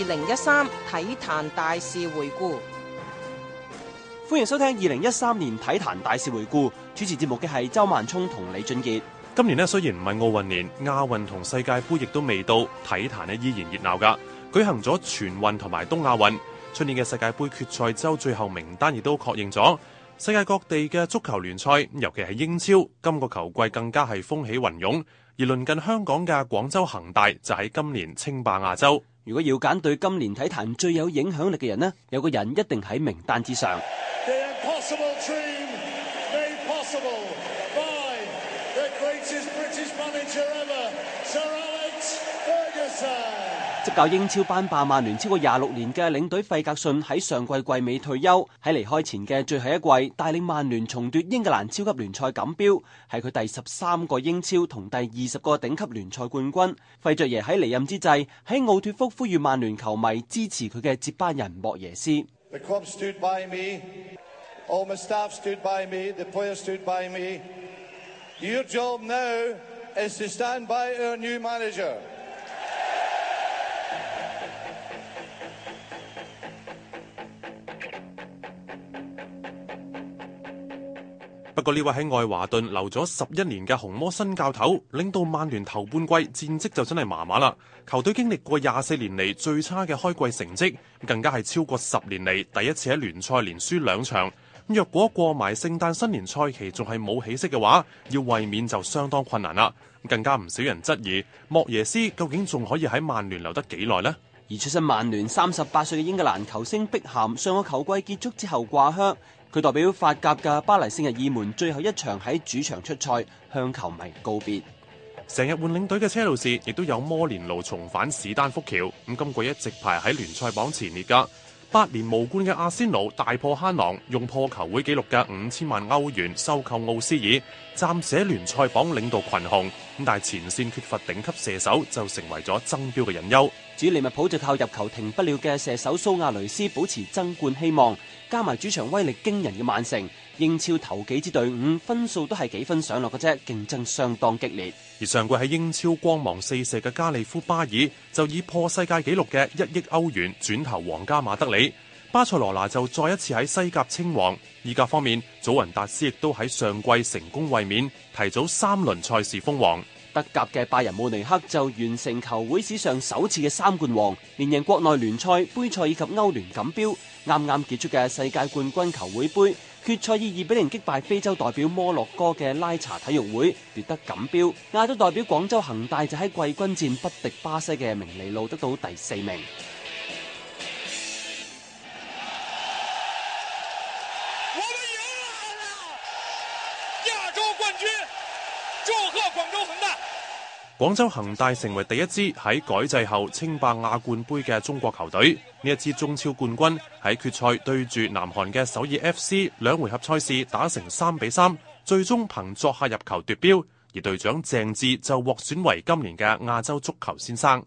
2013體壇大事回顧。 歡迎收聽2013年體壇大事回顧，主持節目嘅係周萬聰同李俊傑。 今年雖然唔係奧運年，亞運同世界盃亦都未到，體壇依然熱鬧㗎。舉行咗全運同埋東亞運，出年嘅世界盃決賽周最後名單亦都確認咗。世界各地嘅足球聯賽，尤其係英超，今個球季更加係風起雲湧。而鄰近香港嘅廣州恒大就喺今年稱霸亞洲。 如果要揀對今年體壇最有影響力嘅人呢，有個人一定喺名單之上。執教英超班霸曼聯超過26年嘅領隊費格遜喺上季季尾退休，喺離開前嘅最後一季帶領曼聯重奪英格蘭超級聯賽錦標，係佢第13個英超同第20個頂級聯賽冠軍。費爵爺喺離任之際喺奧脫福呼籲曼聯球迷支持佢嘅接班人莫耶斯。 不過呢位喺愛華頓留咗11年嘅紅魔新教頭，領導曼聯頭半季戰績就真係麻麻啦。球隊經歷過24年嚟最差嘅開季成績，更加係超過10年嚟第一次喺聯賽連輸2場。若果過埋聖誕新年賽期仲係冇起色嘅話，要衛冕就相當困難啦。更加唔少人質疑莫耶斯究竟仲可以喺曼聯留得幾耐呢？ 而出身曼聯38歲嘅英格蘭球星碧咸上個球季結束之後掛靴。佢代表法甲嘅巴黎聖日耳門最後一場喺主場出賽，向球迷告別。 成日換領隊嘅車路士亦都有摩連奴重返史丹福橋，咁今季一直排喺聯賽榜前列噶。8年無冠嘅阿仙奴大破慳囊，用破球會紀錄嘅5000萬歐元收購奧斯爾，暫時喺聯賽榜領導群雄。咁但係前線缺乏頂級射手，就成為咗爭標嘅隱憂。 至於利物浦就靠入球停不了嘅射手蘇亞雷斯保持爭冠希望，加埋主場威力驚人嘅曼城，英超頭幾支隊伍分數都係幾分上落嘅啫，競爭相當激烈。 而上季喺英超光芒四射嘅加利夫巴爾就以破世界紀錄嘅1億歐元轉投皇家馬德里，巴塞羅那就再一次喺西甲稱王。意甲方面，祖雲達斯亦都喺上季成功衛冕，提早3輪賽事封王。德甲嘅拜仁慕尼黑就完成球會史上首次嘅3冠王，連贏國內聯賽、杯賽以及歐聯錦標。啱啱結束嘅世界冠軍球會杯決賽以2-0擊敗非洲代表摩洛哥嘅拉查體育會，奪得錦標。亞洲代表廣州恒大就喺季軍戰不敵巴西嘅明尼路，得到第4名。廣州恒大成為第一支喺改制後稱霸亞冠杯嘅中國球隊。呢一支中超冠軍喺決賽對住南韓嘅首爾 FC， 2回合賽事打成3-3，最終憑作客入球奪標。而隊長鄭智就獲選為今年嘅亞洲足球先生。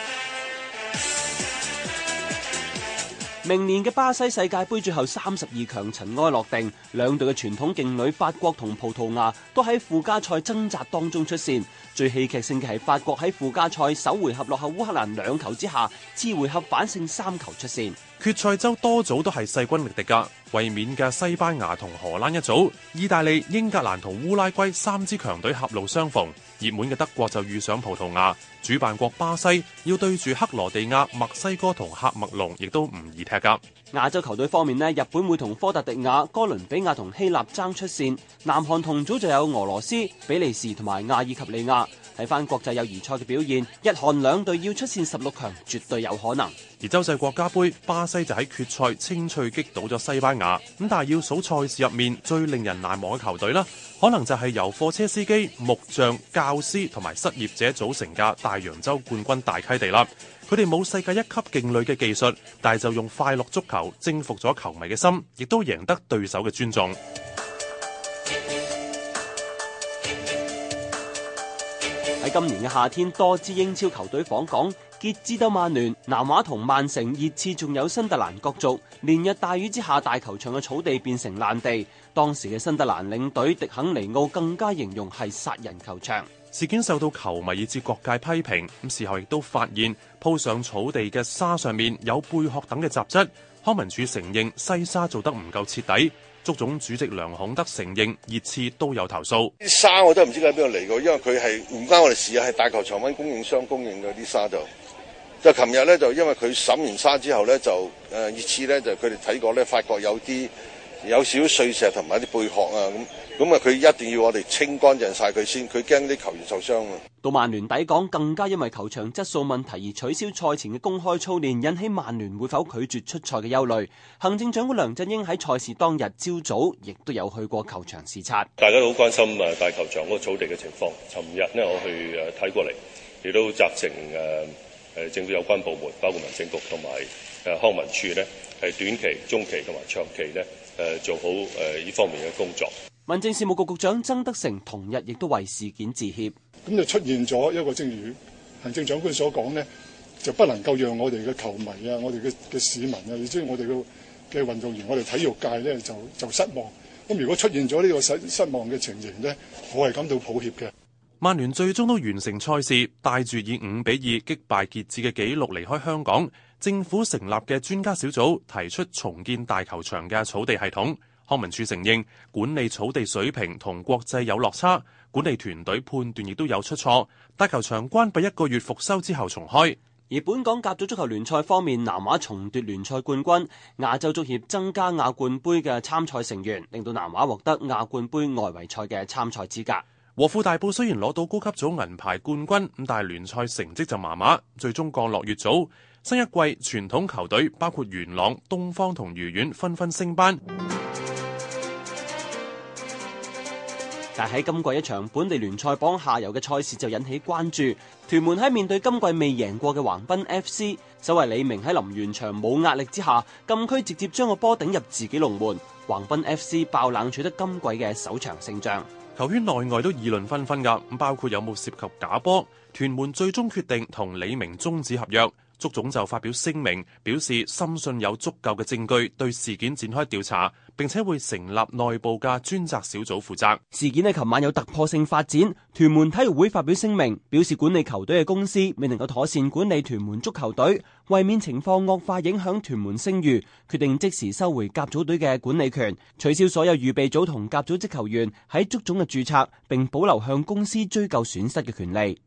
明年嘅巴西世界盃最後32強塵埃落定，兩隊嘅傳統勁旅法國同葡萄牙都喺附加賽掙扎當中出線。最戲劇性嘅係法國喺附加賽首回合落後烏克蘭2球之下，次回合反勝3球出線。 決賽周多組都係勢均力敵㗎，衛冕嘅西班牙同荷蘭一組，意大利、英格蘭同烏拉圭3支強隊狹路相逢。熱門嘅德國就遇上葡萄牙，主辦國巴西要對住克羅地亞、墨西哥同喀麥隆，亦都唔易踢㗎。 亞洲球隊方面呢，日本會同科特迪瓦、哥倫比亞同希臘爭出線，南韓同組就有俄羅斯、比利時同埋亞爾及利亞。睇翻國際友誼賽嘅表現，日韓兩隊要出線16強絕對有可能。 而洲際國家杯，巴西就喺決賽清脆擊倒咗西班牙。咁但係要數賽事入面最令人難忘嘅球隊啦，可能就係由貨車司機、木匠、教師同埋失業者組成嘅大洋洲冠軍大溪地啦。佢哋冇世界一級勁旅嘅技術，但係就用快樂足球征服咗球迷嘅心，亦都贏得對手嘅尊重。 喺今年嘅夏天，多支英超球隊訪港，傑志鬥曼聯、南華同曼城、熱刺仲有新特蘭角逐。連日大雨之下，大球場嘅草地變成爛地。當時嘅新特蘭領隊迪肯尼奧更加形容係殺人球場。 事件受到球迷以至各界批評，咁事後亦都發現鋪上草地嘅沙上面有貝殼等嘅雜質。康文署承認西沙做得唔夠徹底，足總主席梁孔德承認熱刺都有投訴。 啲沙我都唔知喺邊度嚟過，因為佢係唔關我哋事啊，係大球場揾供應商供應嘅啲沙就琴日咧就因為佢審完沙之後咧就熱刺咧就佢哋睇過咧，發覺有少少碎石同埋啲貝殼啊咁啊佢一定要我哋清乾淨晒佢先，佢驚啲球員受傷啊。 到曼聯抵港，更加因為球場質素問題而取消賽前嘅公開操練，引起曼聯會否拒絕出賽嘅憂慮。行政長官梁振英喺賽事當日朝早亦都有去過球場視察。 大家都好關心大球場嗰個草地嘅情況。尋日呢，我去睇過嚟，亦都責成政府有關部門，包括民政局同埋康文署呢，係短期、中期同埋長期呢做好呢方面嘅工作。 民政事務局局長曾德成同日亦都為事件致歉。 咁就出現咗一個正如行政長官所講呢，就不能夠讓我哋嘅球迷啊、我哋嘅市民啊，亦即係我哋嘅運動員、我哋體育界呢，就失望。咁如果出現咗呢個失望嘅情形呢，我係感到抱歉嘅。 曼聯最終都完成賽事，帶住以5-2擊敗傑志嘅紀錄離開香港。政府成立嘅專家小組提出重建大球場嘅草地系統。康文署承認管理草地水平同國際有落差，管理團隊判斷亦都有出錯。大球場關閉1個月復修之後重開。 而本港甲組足球聯賽方面，南華重奪聯賽冠軍，亞洲足協增加亞冠杯嘅參賽成員，令到南華獲得亞冠杯外圍賽嘅參賽資格。 和富大埔雖然攞到高級組銀牌冠軍，咁但係聯賽成績就麻麻，最終降落乙組。新一季傳統球隊包括元朗、東方同愉園紛紛升班。 但喺今季一場本地聯賽榜下游嘅賽事就引起關注。屯門喺面對今季未贏過嘅橫濱 FC， 守衛李明喺臨完場冇壓力之下，禁區直接將個波頂入自己龍門。橫濱 FC 爆冷取得今季嘅首場勝仗。 球圈內外都議論紛紛㗎，咁包括有冇涉及假波。屯門最終決定同李明終止合約。足總就發表聲明，表示深信有足夠嘅證據對事件展開調查，並且會成立內部嘅專責小組負責。 事件喺琴晚有突破性發展，屯門體育會發表聲明，表示管理球隊嘅公司未能夠妥善管理屯門足球隊，為免情況惡化影響屯門聲譽，決定即時收回甲組隊嘅管理權，取消所有預備組同甲組職球員喺足總嘅註冊，並保留向公司追究損失嘅權利。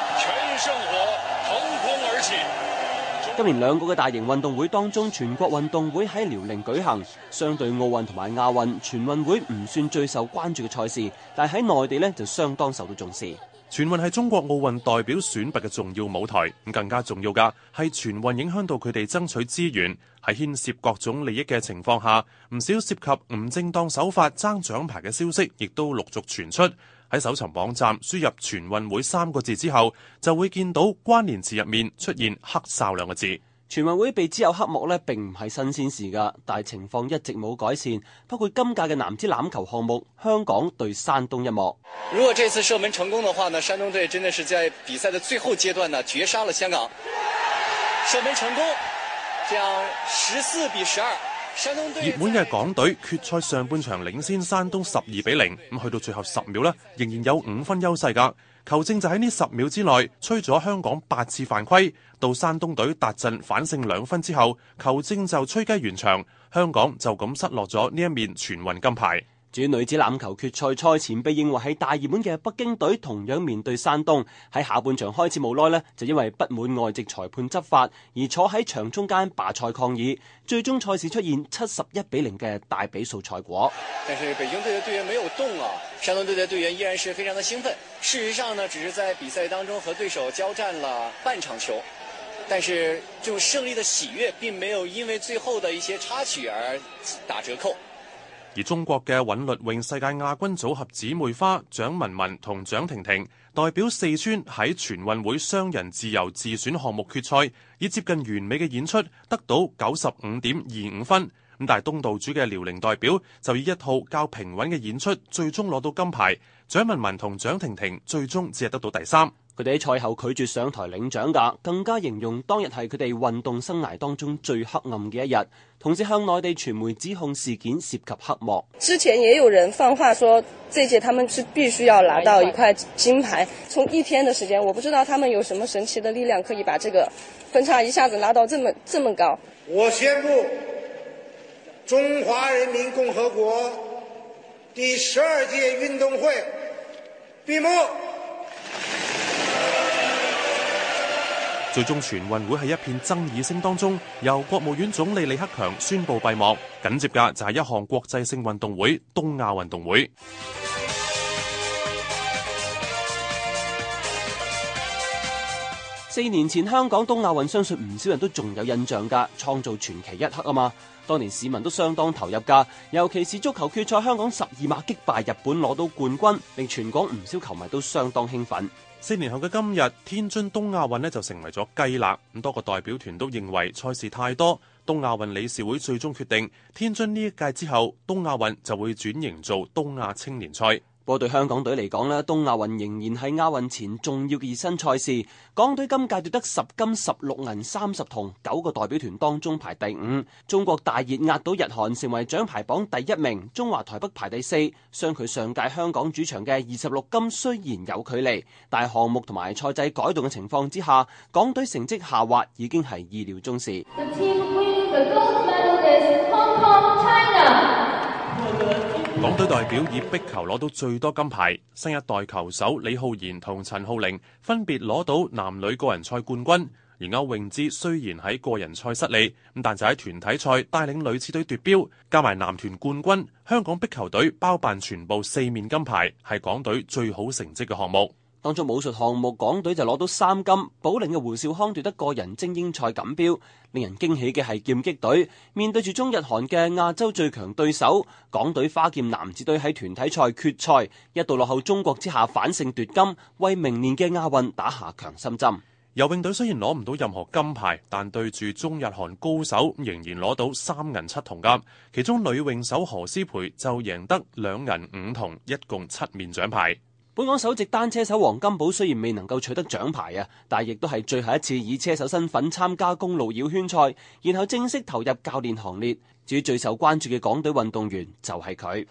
今年2個嘅大型運動會當中，全國運動會喺遼寧舉行，相對奧運同埋亞運，全運會唔算最受關注嘅賽事，但喺內地呢就相當受到重視。 全運係中國奧運代表選拔嘅重要舞台，咁更加重要嘅係全運影響到佢哋爭取資源，喺牽涉各種利益嘅情況下，唔少涉及唔正當手法爭獎牌嘅消息，亦都陸續傳出。喺搜尋網站輸入全運會3個字之後，就會見到關聯詞入面出現黑哨2個字。 全運會被指有黑幕呢，並唔係新鮮事㗎，但係情況一直冇改善。包括今屆嘅男子欖球項目，香港對山東一幕。 如果這次射門成功的話呢，山東隊真的是在比賽的最後階段呢，絕殺了香港。射門成功，這樣14-12。 熱門嘅港隊決賽上半場領先山東12-0，咁去到最後10秒呢，仍然有5分優勢㗎。球證就喺呢10秒之內吹咗香港8次犯規，到山東隊達陣反勝2分之後，球證就吹雞完場，香港就咁失落咗呢一面全運金牌。 至於女子欖球決賽賽前被認為係大熱門嘅北京隊，同樣面對山東，喺下半場開始冇耐呢，就因為不滿外籍裁判執法而坐喺場中間罷賽抗議，最終賽事出現71-0嘅大比數賽果。 但是北京隊的隊員沒有動啊，山東隊的隊員依然是非常的興奮。事實上呢，只是在比賽當中和對手交戰了半場球，但是這種勝利的喜悅並沒有因為最後的一些插曲而打折扣。 而中國嘅韻律泳世界亞軍組合姊妹花蔣文文同蔣婷婷代表四川喺全運會雙人自由自選項目決賽，以接近完美嘅演出得到95.25分。咁但係東道主嘅遼寧代表就以一套較平穩嘅演出，最終攞到金牌。蔣文文同蔣婷婷最終只係得到第3。 佢哋喺賽後拒絕上台領獎㗎，更加形容當日係佢哋運動生涯當中最黑暗嘅一日，同時向內地傳媒指控事件涉及黑幕。 之前也有人放話說，這屆他們是必須要拿到一塊金牌。從一天的時間，我不知道他們有什麼神奇的力量，可以把這個分差一下子拉到這麼高。 我宣布，中華人民共和國第12屆運動會閉幕。 最終全運會喺一片爭議聲當中，由國務院總理李克強宣布閉幕。緊接嘅就係一項國際性運動會——東亞運動會。 4年前香港東亞運，相信唔少人都仲有印象㗎，創造傳奇一刻啊嘛！當年市民都相當投入㗎，尤其是足球決賽，香港12碼擊敗日本攞到冠軍，令全港唔少球迷都相當興奮。 4年後嘅今日，天津東亞運就成為咗雞肋。咁多個代表團都認為賽事太多，東亞運理事會最終決定，天津呢一屆之後，東亞運就會轉型做東亞青年賽。 不過對香港隊嚟講呢，東亞運仍然係亞運前重要嘅熱身賽事。港隊今屆奪得10金16銀30銅，9個代表團當中排第5。中國大熱壓倒日韓，成為獎牌榜第1名。中華台北排第4，相距上屆香港主場嘅26金雖然有距離，但係項目同埋賽制改動嘅情況之下，港隊成績下滑已經係意料中事。 港隊代表以壁球攞到最多金牌，新一代球手李浩然同陳浩鈴分別攞到男女個人賽冠軍。而歐詠芝雖然喺個人賽失利，但就喺團體賽帶領女子隊奪標，加埋男團冠軍，香港壁球隊包辦全部4面金牌，係港隊最好成績嘅項目。 當中武術項目，港隊就攞到3金，保齡嘅胡兆康奪得個人精英賽錦標。令人驚喜嘅係劍擊隊，面對住中日韓嘅亞洲最強對手，港隊花劍男子隊喺團體賽決賽一度落後中國之下反勝奪金，為明年嘅亞運打下強心針。 游泳隊雖然攞唔到任何金牌，但對住中日韓高手仍然攞到3銀7銅㗎。其中女泳手何詩蓓就贏得2銀5銅，一共7面獎牌。 本港首席單車手黃金寶雖然未能夠取得獎牌啊，但亦都係最後一次以車手身份參加公路繞圈賽，然後正式投入教練行列。至於最受關注嘅港隊運動員就係佢。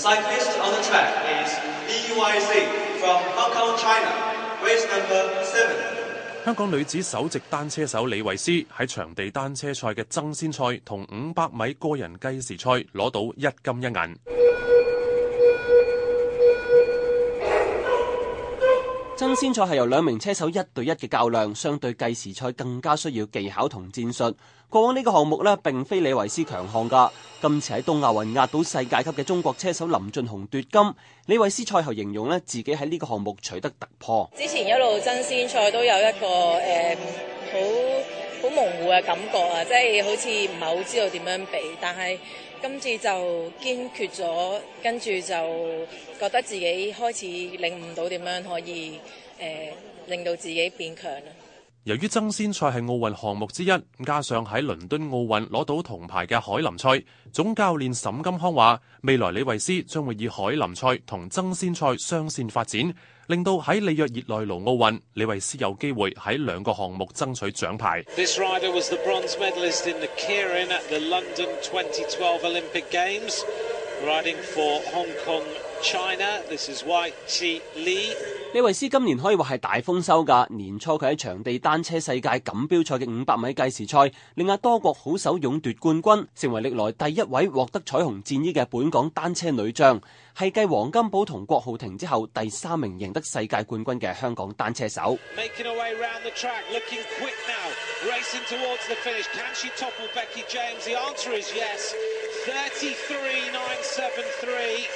香港女子首席單車手李慧詩喺場地單車賽嘅爭先賽同500米個人計時賽攞到1金1銀。 爭先賽係由2名車手1對1嘅較量，相對計時賽更加需要技巧同戰術。過往呢個項目呢，並非李慧詩強項㗎。今次喺東亞運壓倒世界級嘅中國車手林俊雄奪金，李慧詩賽後形容呢，自己喺呢個項目取得突破。 之前一路爭先賽都有一個好模糊嘅感覺啊，即係好似唔係好知道點樣比，但係今次就堅決咗，跟住就覺得自己開始領悟到點樣可以令到自己變強啦。 由於爭先賽係奧運項目之一，加上喺倫敦奧運攞到銅牌嘅凱林賽，總教練沈金康話：未來李慧詩將會以凱林賽同爭先賽雙線發展，令到喺里約熱內盧奧運，李慧詩有機會喺2個項目爭取獎牌。 This rider was the bronze medalist in the Keirin at the London 2012 Olympic Games, riding for Hong Kong.China, this is Weili Li。 李慧詩今年可以話係大豐收㗎。年初佢喺場地單車世界錦標賽嘅500米計時賽，令阿多國好手勇奪冠軍，成為歷來第1位獲得彩虹戰衣嘅本港單車女將，係繼黃金寶同郭浩庭之後第3名贏得世界冠軍嘅香港單車手。 Making her way round the track, looking quick now, racing towards the finish. Can she topple Becky James? The answer is yes. 33.973。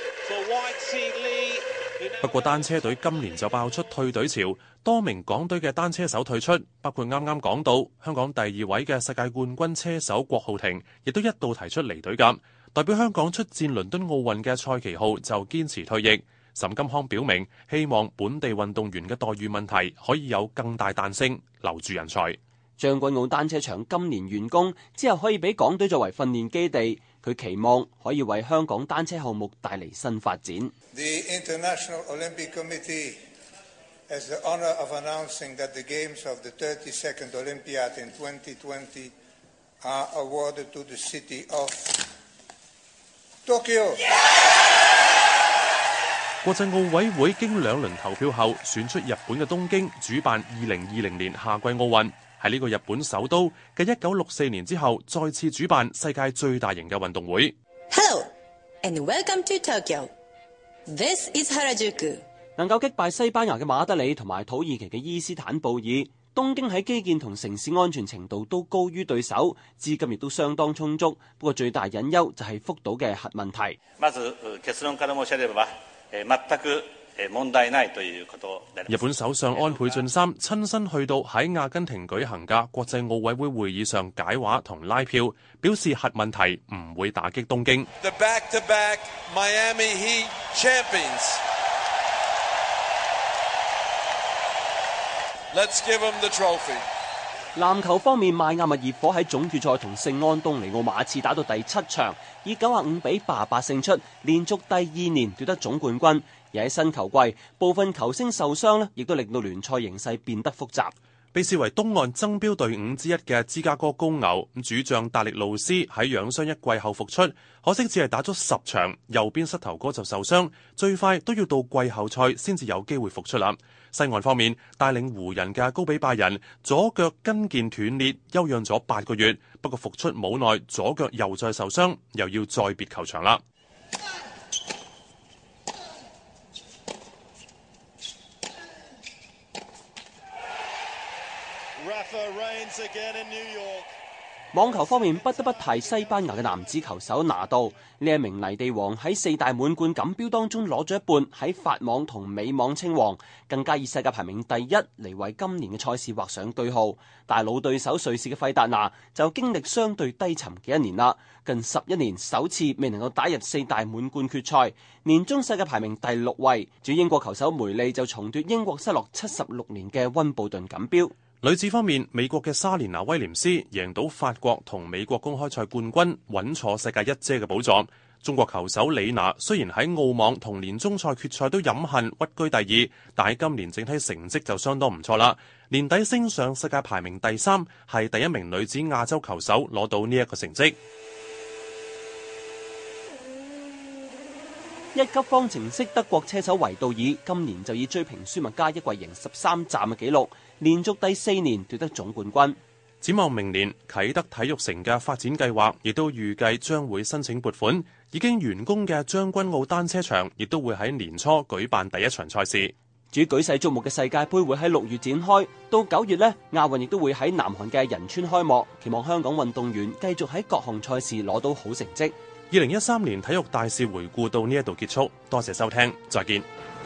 不過單車隊今年就爆出退隊潮，多名港隊嘅單車手退出，包括啱啱講到香港第2位嘅世界冠軍車手郭浩庭，亦都一度提出離隊㗎。代表香港出戰倫敦奧運嘅蔡奇浩就堅持退役。沈金康表明希望本地運動員嘅待遇問題可以有更大彈性，留住人才。 將軍澳單車場今年完工之後，可以俾港隊作為訓練基地。佢期望可以為香港單車項目帶嚟新發展。 The International Olympic Committee has the honor of announcing that the games of the 32nd Olympiad in 2020 are awarded to the city of Tokyo. 國際奧委會經2輪投票後，選出日本嘅東京主辦2020年夏季奧運，喺呢個日本首都嘅1964年之後，再次主辦世界最大型嘅運動會。 Hello and welcome to Tokyo. This is Harajuku. 能夠擊敗西班牙嘅馬德里同埋土耳其嘅伊斯坦布爾，東京喺基建同城市安全程度都高於對手，資金亦都相當充足。不過最大隱憂就係福島嘅核問題。 まず結論から申し上げれば、全く問題ないということで。 日本首相安倍晉三親身去到喺阿根廷舉行嘅國際奧委會會議上解話同拉票，表示核問題唔會打擊東京。 The back-to-back Miami Heat champions. Let's give them the trophy. 籃球方面，邁阿密熱火喺總決賽同聖安東尼奧馬刺打到第7場，以95比88勝出，連續第2年奪得總冠軍。而喺新球季，部分球星受傷呢，亦都令到聯賽形勢變得複雜。 被視為東岸爭標隊伍之一嘅芝加哥公牛主將達力路斯喺養傷1季後復出，可惜只係打咗10場，右邊膝頭哥就受傷，最快都要到季後賽先至有機會復出啦。西岸方面，帶領湖人嘅高比拜仁左腳筋腱斷裂，休養咗8個月，不過復出冇耐，左腳又再受傷，又要再別球場啦。 網球方面，不得不提西班牙嘅男子球手拿度。呢一名泥地王喺4大滿貫錦標當中攞咗一半，喺法網同美網稱王，更加以世界排名第1嚟為今年嘅賽事畫上句號。但係老對手瑞士嘅費達拿就經歷相對低沉嘅一年啦，近11年首次未能夠打入4大滿貫決賽，年終世界排名第6位。至於英國球手梅利就重奪英國失落76年嘅溫布頓錦標。 女子方面，美國嘅莎蓮娜威廉斯贏到法國同美國公開賽冠軍，穩坐世界一姐嘅寶座。中國球手李娜雖然喺澳網同年終賽決賽都飲恨屈居第2，但喺今年整體成績就相當唔錯啦，年底升上世界排名第3，係第1名女子亞洲球手攞到呢一個成績。 一級方程式德國車手維杜爾今年就以追平舒麥加一季贏13站嘅紀錄，連續第4年奪得總冠軍。 展望明年，啟德體育城嘅發展計劃亦都預計將會申請撥款，已經完工嘅將軍澳單車場亦都會喺年初舉辦第1場賽事。 至於舉世矚目嘅世界盃會喺6月展開，到9月呢，亞運亦都會喺南韓嘅仁川開幕，期望香港運動員繼續喺各項賽事攞到好成績。 2013年體育大事回顧到呢一度結束，多謝收聽，再見。